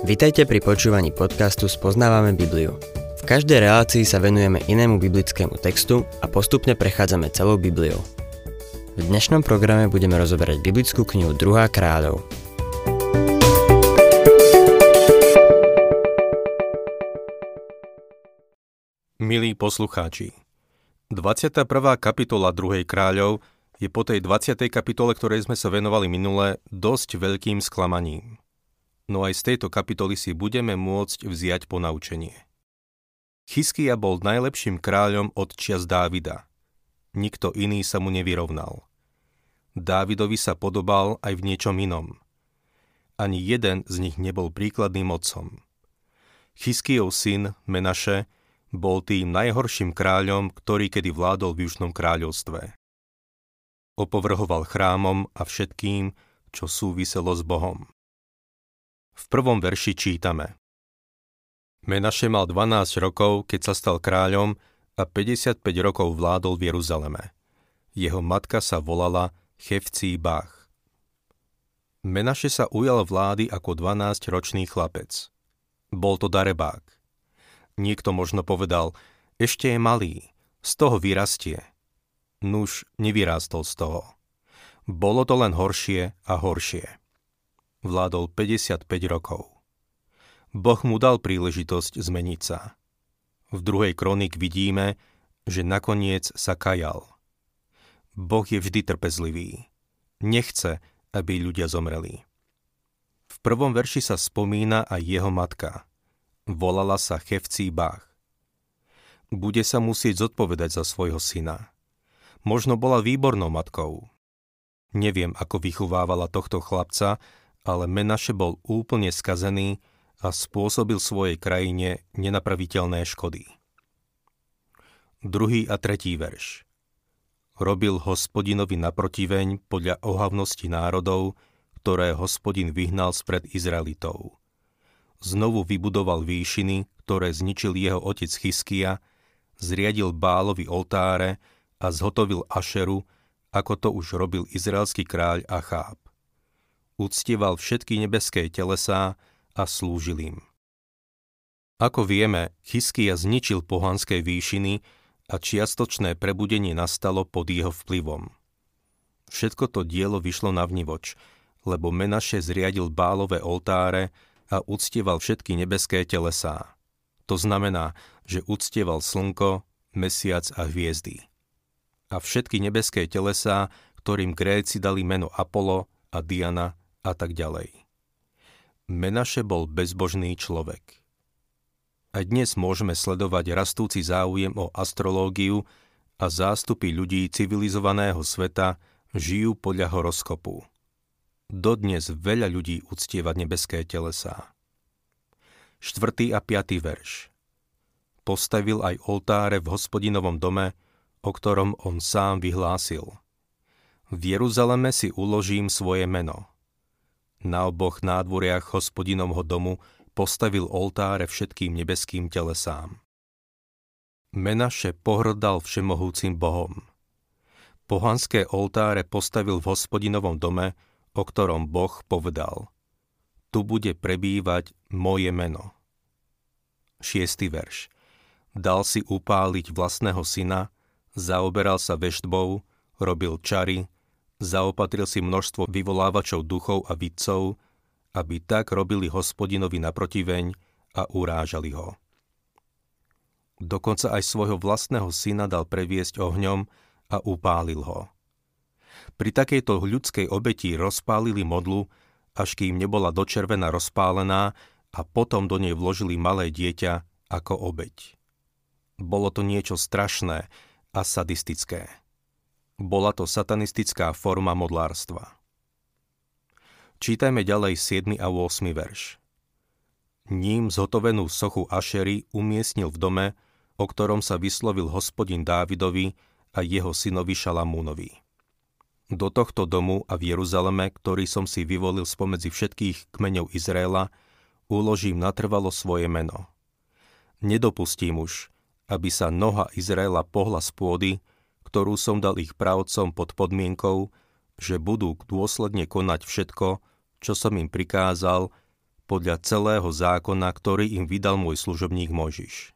Vitajte pri počúvaní podcastu Spoznávame Bibliu. V každej relácii sa venujeme inému biblickému textu a postupne prechádzame celou Bibliou. V dnešnom programe budeme rozoberať biblickú knihu 2. kráľov. Milí poslucháči, 21. kapitola 2. kráľov je po tej 20. kapitole, ktorej sme sa venovali minule, dosť veľkým sklamaním. No aj z tejto kapitoly si budeme môcť vziať ponaučenie. Chiskija bol najlepším kráľom od čias Dávida. Nikto iný sa mu nevyrovnal. Dávidovi sa podobal aj v niečom inom. Ani jeden z nich nebol príkladným otcom. Chiskijov syn Menaše bol tým najhorším kráľom, ktorý kedy vládol v Južnom kráľovstve. Opovrhoval chrámom a všetkým, čo súviselo s Bohom. V prvom verši čítame: Menaše mal 12 rokov, keď sa stal kráľom, a 55 rokov vládol v Jeruzaleme. Jeho matka sa volala Chefcí-Bach. Menaše sa ujal vlády ako 12-ročný chlapec. Bol to darebák. Niekto možno povedal, ešte je malý, z toho vyrastie. Nuž, nevyrástol z toho. Bolo to len horšie a horšie. Vládol 55 rokov. Boh mu dal príležitosť zmeniť sa. V 2. kronik vidíme, že nakoniec sa kajal. Boh je vždy trpezlivý. Nechce, aby ľudia zomreli. V 1. verši sa spomína aj jeho matka. Volala sa Chefcí-Bach. Bude sa musieť zodpovedať za svojho syna. Možno bola výbornou matkou. Neviem, ako vychovávala tohto chlapca, ale Menaše bol úplne skazený a spôsobil svojej krajine nenapraviteľné škody. 2. a 3. verš. Robil Hospodinovi naprotiveň podľa ohavnosti národov, ktoré Hospodin vyhnal spred Izraelitov. Znovu vybudoval výšiny, ktoré zničil jeho otec Chiskija, zriadil Bálovi oltáre a zhotovil Ašeru, ako to už robil izraelský kráľ Acháb. Uctieval všetky nebeské telesá a slúžil im. Ako vieme, Chiskija zničil pohanské výšiny a čiastočné prebudenie nastalo pod jeho vplyvom. Všetko to dielo vyšlo navnivoč, lebo Menaše zriadil Bálové oltáre a uctieval všetky nebeské telesá. To znamená, že uctieval slnko, mesiac a hviezdy. A všetky nebeské telesá, ktorým Gréci dali meno Apollo a Diana a tak ďalej. Menaše bol bezbožný človek. A dnes môžeme sledovať rastúci záujem o astrológiu a zástupy ľudí civilizovaného sveta žijú podľa horoskopu. Dodnes veľa ľudí uctieva nebeské telesá. 4. a 5. verš. Postavil aj oltáre v Hospodinovom dome, o ktorom on sám vyhlásil. V Jeruzaleme si uložím svoje meno. Na oboch nádvoriach Hospodinovho domu postavil oltáre všetkým nebeským telesám. Menaše pohrdal všemohúcim Bohom. Pohanské oltáre postavil v Hospodinovom dome, o ktorom Boh povedal: Tu bude prebývať moje meno. 6. verš. Dal si upáliť vlastného syna, zaoberal sa veštbou, robil čary, zaopatril si množstvo vyvolávačov duchov a vidcov, aby tak robili Hospodinovi naprotiveň a urážali ho. Dokonca aj svojho vlastného syna dal previesť ohňom a upálil ho. Pri takejto ľudskej obeti rozpálili modlu, až kým nebola dočervená rozpálená, a potom do nej vložili malé dieťa ako obeť. Bolo to niečo strašné a sadistické. Bola to satanistická forma modlárstva. Čítajme ďalej 7. a 8. verš. Ním zhotovenú sochu Ašery umiestnil v dome, o ktorom sa vyslovil Hospodin Dávidovi a jeho synovi Šalamúnovi. Do tohto domu a v Jeruzaleme, ktorý som si vyvolil spomedzi všetkých kmeňov Izraela, uložím natrvalo svoje meno. Nedopustím už, aby sa noha Izraela pohla z pôdy, ktorú som dal ich pravcom pod podmienkou, že budú dôsledne konať všetko, čo som im prikázal, podľa celého zákona, ktorý im vydal môj služobník Mojžiš.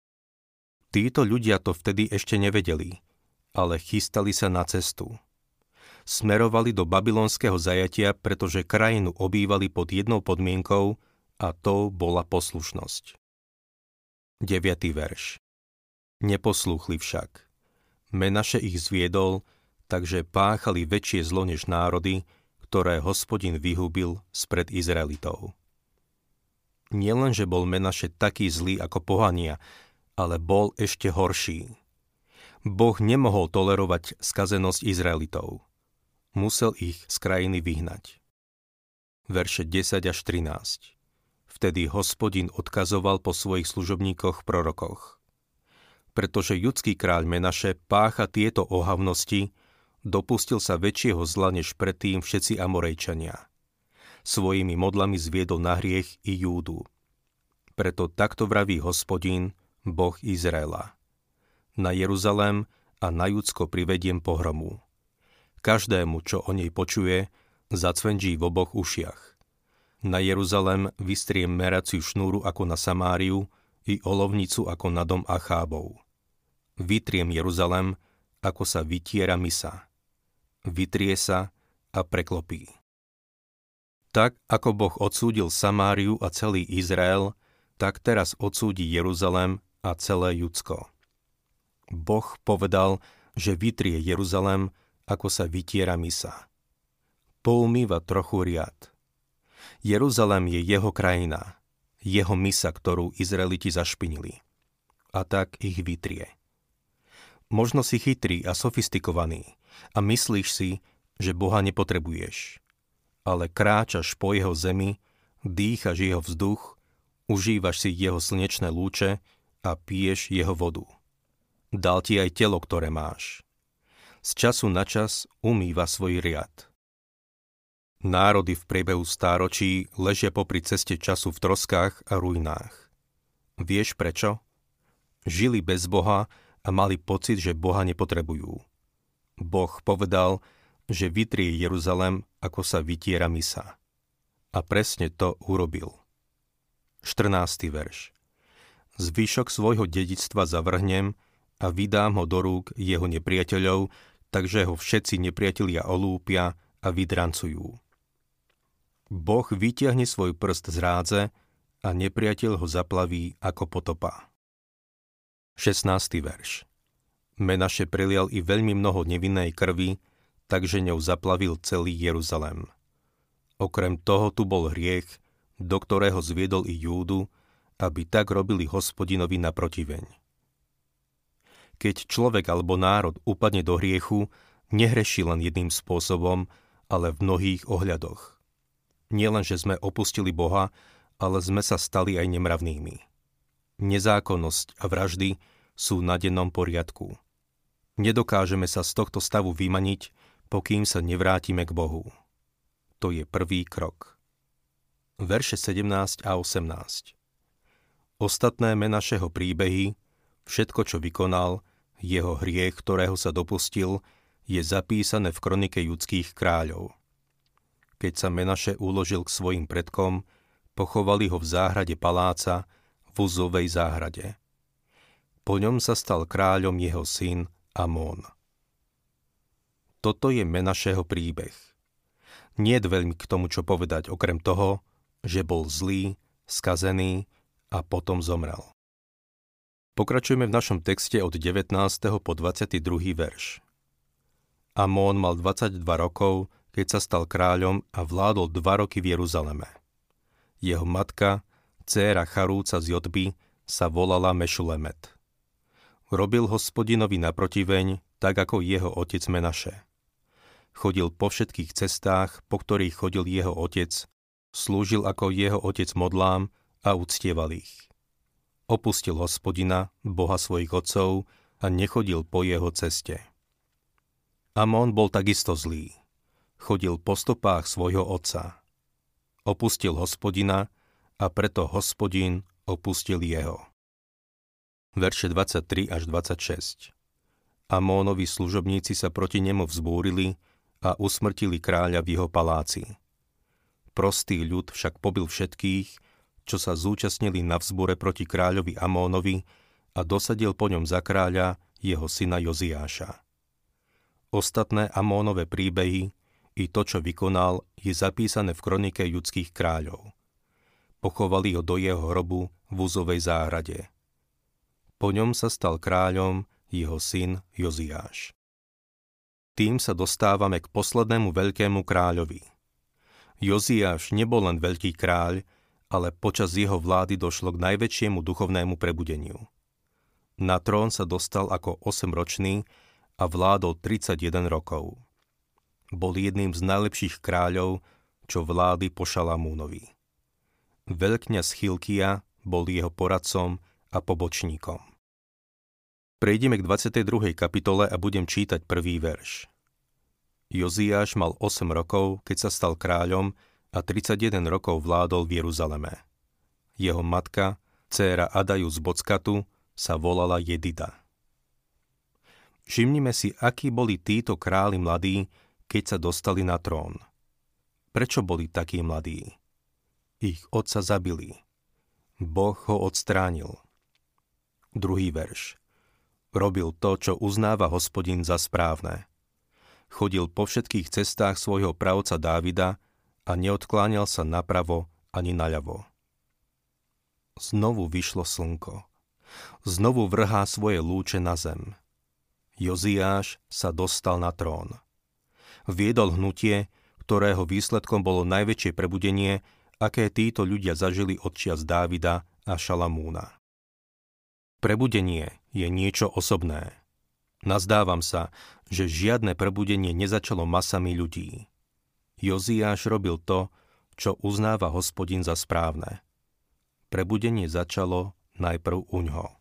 Títo ľudia to vtedy ešte nevedeli, ale chystali sa na cestu. Smerovali do babylonského zajatia, pretože krajinu obývali pod jednou podmienkou, a to bola poslušnosť. 9. verš. Neposlúchli však. Menaše ich zviedol, takže páchali väčšie zlo než národy, ktoré Hospodin vyhubil spred Izraelitov. Nielenže bol Menaše taký zlý ako pohania, ale bol ešte horší. Boh nemohol tolerovať skazenosť Izraelitov. Musel ich z krajiny vyhnať. Verše 10 až 13. Vtedy Hospodin odkazoval po svojich služobníkoch prorokoch. Pretože judský kráľ Menaše pácha tieto ohavnosti, dopustil sa väčšieho zla než predtým všetci Amorejčania. Svojimi modlami zviedol na hriech i Júdu. Preto takto vraví Hospodin, Boh Izraela. Na Jeruzalém a na Judsko privediem pohromu. Každému, čo o nej počuje, zacvenží v oboch ušiach. Na Jeruzalém vystriem meraciu šnúru ako na Samáriu i olovnicu ako na dom Achábov. Vytriem Jeruzalém, ako sa vytiera mysa. Vytrie sa a preklopí. Tak, ako Boh odsúdil Samáriu a celý Izrael, tak teraz odsúdi Jeruzalém a celé Judsko. Boh povedal, že vytrie Jeruzalém, ako sa vytiera mysa. Poumýva trochu riad. Jeruzalém je jeho krajina, jeho mysa, ktorú Izraeliti zašpinili. A tak ich vytrie. Možno si chytrý a sofistikovaný a myslíš si, že Boha nepotrebuješ. Ale kráčaš po jeho zemi, dýchaš jeho vzduch, užívaš si jeho slnečné lúče a piješ jeho vodu. Dal ti aj telo, ktoré máš. Z času na čas umýva svoj riad. Národy v priebehu stáročí ležia popri ceste času v troskách a ruinách. Vieš prečo? Žili bez Boha a mali pocit, že Boha nepotrebujú. Boh povedal, že vytrie Jeruzalém, ako sa vytiera mysa. A presne to urobil. 14. verš. Zvyšok svojho dedičstva zavrhnem a vydám ho do rúk jeho nepriateľov, takže ho všetci nepriatelia olúpia a vydrancujú. Boh vytiahne svoj prst z rádze a nepriateľ ho zaplaví ako potopa. 16. verš. Menaše prelial i veľmi mnoho nevinnej krvi, takže ňou zaplavil celý Jeruzalém. Okrem toho tu bol hriech, do ktorého zviedol i Júdu, aby tak robili Hospodinovi naprotiveň. Keď človek alebo národ upadne do hriechu, nehreší len jedným spôsobom, ale v mnohých ohľadoch. Nielen, že sme opustili Boha, ale sme sa stali aj nemravnými. Nezákonnosť a vraždy sú na dennom poriadku. Nedokážeme sa z tohto stavu vymaniť, pokým sa nevrátime k Bohu. To je prvý krok. Verše 17 a 18. Ostatné Menašeho príbehy, všetko, čo vykonal, jeho hriech, ktorého sa dopustil, je zapísané v kronike judských kráľov. Keď sa Menaše uložil k svojim predkom, pochovali ho v záhrade paláca, v Uzovej záhrade. Po ňom sa stal kráľom jeho syn Amón. Toto je Menašeho príbeh. Niet veľmi k tomu, čo povedať, okrem toho, že bol zlý, skazený a potom zomrel. Pokračujeme v našom texte od 19. po 22. verš. Amón mal 22 rokov, keď sa stal kráľom a vládol 2 roky v Jeruzaleme. Jeho matka, dcéra Charúca z Jotby, sa volala Mešulemet. Robil Hospodinovi naprotiveň, tak ako jeho otec Menaše. Chodil po všetkých cestách, po ktorých chodil jeho otec, slúžil ako jeho otec modlám a uctieval ich. Opustil Hospodina, Boha svojich otcov, a nechodil po jeho ceste. Amón bol takisto zlý. Chodil po stopách svojho otca. Opustil Hospodina a preto Hospodin opustil jeho. Verše 23 až 26. Amónovi služobníci sa proti nemu vzbúrili a usmrtili kráľa v jeho paláci. Prostý ľud však pobil všetkých, čo sa zúčastnili na vzbure proti kráľovi Amónovi a dosadil po ňom za kráľa jeho syna Joziáša. Ostatné Amónove príbehy i to, čo vykonal, je zapísané v kronike judských kráľov. Pochovali ho do jeho hrobu v Uzovej záhrade. Po ňom sa stal kráľom jeho syn Joziáš. Tým sa dostávame k poslednému veľkému kráľovi. Joziáš nebol len veľký kráľ, ale počas jeho vlády došlo k najväčšiemu duchovnému prebudeniu. Na trón sa dostal ako 8-ročný a vládol 31 rokov. Bol jedným z najlepších kráľov, čo vlády po Šalamúnovi. Veľkňaz Chilkia bol jeho poradcom a pobočníkom. Prejdeme k 22. kapitole a budem čítať prvý verš. Joziáš mal 8 rokov, keď sa stal kráľom a 31 rokov vládol v Jeruzaleme. Jeho matka, dcéra Adaju z Bockatu, sa volala Jedida. Všimnime si, akí boli títo králi mladí, keď sa dostali na trón. Prečo boli takí mladí? Ich otca zabili. Boh ho odstránil. Druhý verš. Robil to, čo uznáva Hospodin za správne. Chodil po všetkých cestách svojho pravca Dávida a neodkláňal sa napravo ani naľavo. Znovu vyšlo slnko. Znovu vrhá svoje lúče na zem. Joziáš sa dostal na trón. Viedol hnutie, ktorého výsledkom bolo najväčšie prebudenie, aké títo ľudia zažili od čias Dávida a Šalamúna. Prebudenie je niečo osobné. Nazdávam sa, že žiadne prebudenie nezačalo masami ľudí. Joziáš robil to, čo uznáva Hospodin za správne. Prebudenie začalo najprv uňho.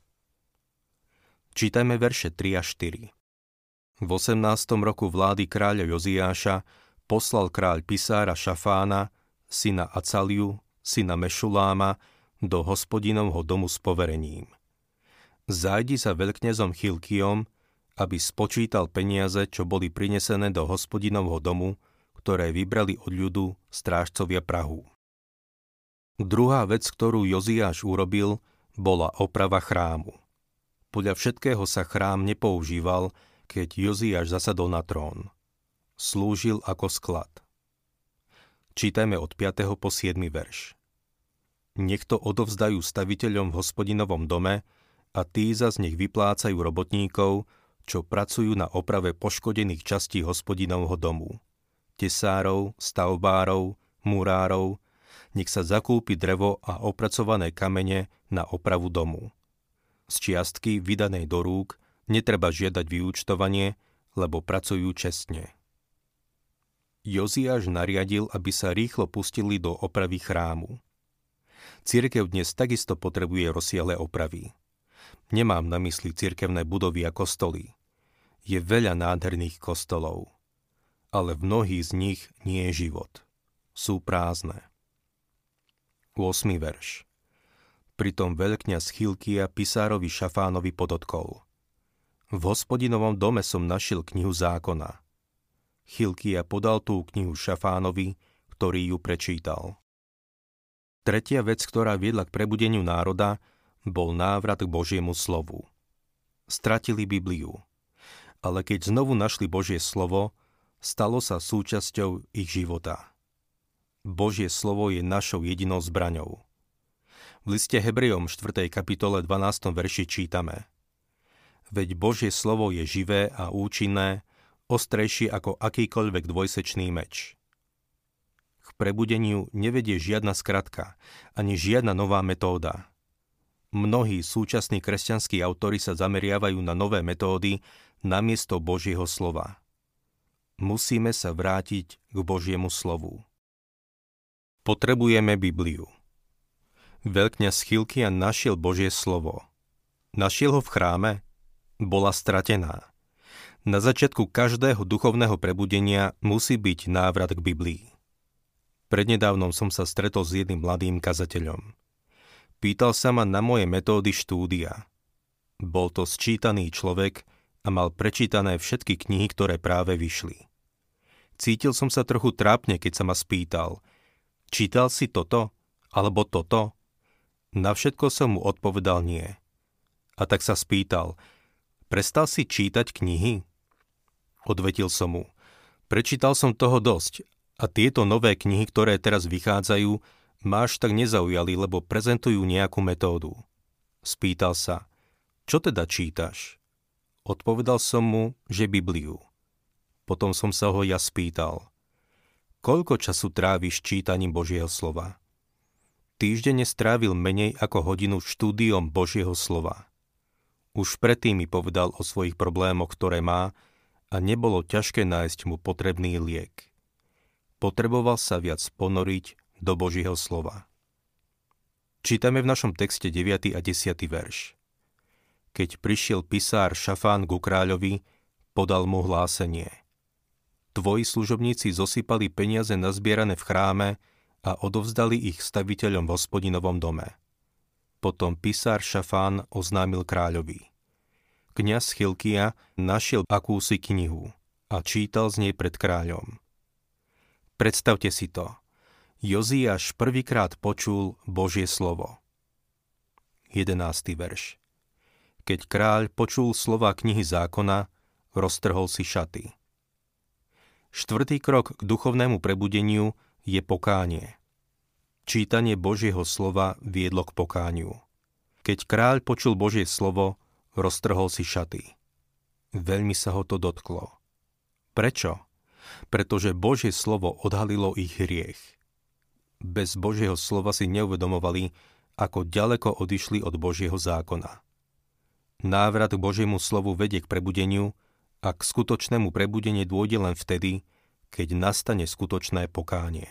Čítajme verše 3 a 4. V 18. roku vlády kráľa Joziáša poslal kráľ pisára Šafána, syna Acaliu, syna Mešuláma, do Hospodinovho domu s poverením. Zájdi za veľkňazom Chilkiom, aby spočítal peniaze, čo boli prinesené do Hospodinovho domu, ktoré vybrali od ľudu strážcovia prahu. Druhá vec, ktorú Joziáš urobil, bola oprava chrámu. Podľa všetkého sa chrám nepoužíval, keď Joziáš zasadol na trón. Slúžil ako sklad. Čítajme od 5. po 7. verš. Nech to odovzdajú staviteľom v Hospodinovom dome a tí zas nech vyplácajú robotníkov, čo pracujú na oprave poškodených častí Hospodinovho domu. Tesárov, stavbárov, murárov, nech sa zakúpi drevo a opracované kamene na opravu domu. Z čiastky vydanej do rúk netreba žiadať vyúčtovanie, lebo pracujú čestne. Joziáš nariadil, aby sa rýchlo pustili do opravy chrámu. Cirkev dnes takisto potrebuje rozsiahle opravy. Nemám na mysli cirkevné budovy a kostoly. Je veľa nádherných kostolov, ale v mnohých z nich nie je život. Sú prázdne. 8. verš. Pritom veľkňaz Chilkia pisárovi Šafánovi podotkol. V Hospodinovom dome som našiel knihu zákona. Chilkia podal tú knihu Šafánovi, ktorý ju prečítal. Tretia vec, ktorá viedla k prebudeniu národa, bol návrat k Božiemu slovu. Stratili Bibliu, ale keď znovu našli Božie slovo, stalo sa súčasťou ich života. Božie slovo je našou jedinou zbraňou. V liste Hebrejom 4. kapitole 12. verši čítame: Veď Božie slovo je živé a účinné, ostrejšie ako akýkoľvek dvojsečný meč. K prebudeniu nevedie žiadna skratka, ani žiadna nová metóda. Mnohí súčasní kresťanskí autori sa zameriavajú na nové metódy namiesto Božieho slova. Musíme sa vrátiť k Božiemu slovu. Potrebujeme Bibliu. Veľkňaz Chilkia našiel Božie slovo. Našiel ho v chráme? Bola stratená. Na začiatku každého duchovného prebudenia musí byť návrat k Biblii. Prednedávnom som sa stretol s jedným mladým kazateľom. Pýtal sa ma na moje metódy štúdia. Bol to sčítaný človek a mal prečítané všetky knihy, ktoré práve vyšli. Cítil som sa trochu trápne, keď sa ma spýtal: Čítal si toto? Alebo toto? Na všetko som mu odpovedal nie. A tak sa spýtal, prestal si čítať knihy? Odvetil som mu, prečítal som toho dosť a tieto nové knihy, ktoré teraz vychádzajú, ma až tak nezaujali, lebo prezentujú nejakú metódu. Spýtal sa, čo teda čítaš? Odpovedal som mu, že Bibliu. Potom som sa ho ja spýtal, koľko času tráviš čítaním Božieho slova? Týždenne strávil menej ako hodinu štúdiom Božieho slova. Už predtým mi povedal o svojich problémoch, ktoré má, a nebolo ťažké nájsť mu potrebný liek. Potreboval sa viac ponoriť do Božieho slova. Čítame v našom texte 9. a 10. verš. Keď prišiel pisár Šafán ku kráľovi, podal mu hlásenie. Tvoji služobníci zosypali peniaze nazbierané v chráme a odovzdali ich staviteľom v Hospodinovom dome. Potom pisár Šafán oznámil kráľovi. Kňaz Chilkia našiel akúsi knihu a čítal z nej pred kráľom. Predstavte si to. Joziáš prvýkrát počul Božie slovo. 11. verš. Keď kráľ počul slova knihy zákona, roztrhol si šaty. 4. krok k duchovnému prebudeniu je pokánie. Čítanie Božieho slova viedlo k pokániu. Keď kráľ počul Božie slovo, roztrhol si šaty. Veľmi sa ho to dotklo. Prečo? Pretože Božie slovo odhalilo ich hriech. Bez Božieho slova si neuvedomovali, ako ďaleko odišli od Božieho zákona. Návrat k Božiemu slovu vedie k prebudeniu a k skutočnému prebudeniu dôjde len vtedy, keď nastane skutočné pokánie.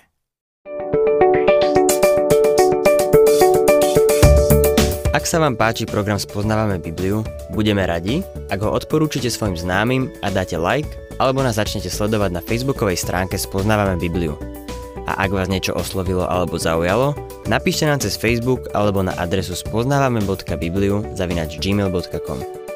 Ak sa vám páči program Spoznávame Bibliu, budeme radi, ak ho odporúčite svojim známym a dáte like, alebo nás začnete sledovať na facebookovej stránke Spoznávame Bibliu. A ak vás niečo oslovilo alebo zaujalo, napíšte nám cez Facebook alebo na adresu spoznavame.bibliu@gmail.com.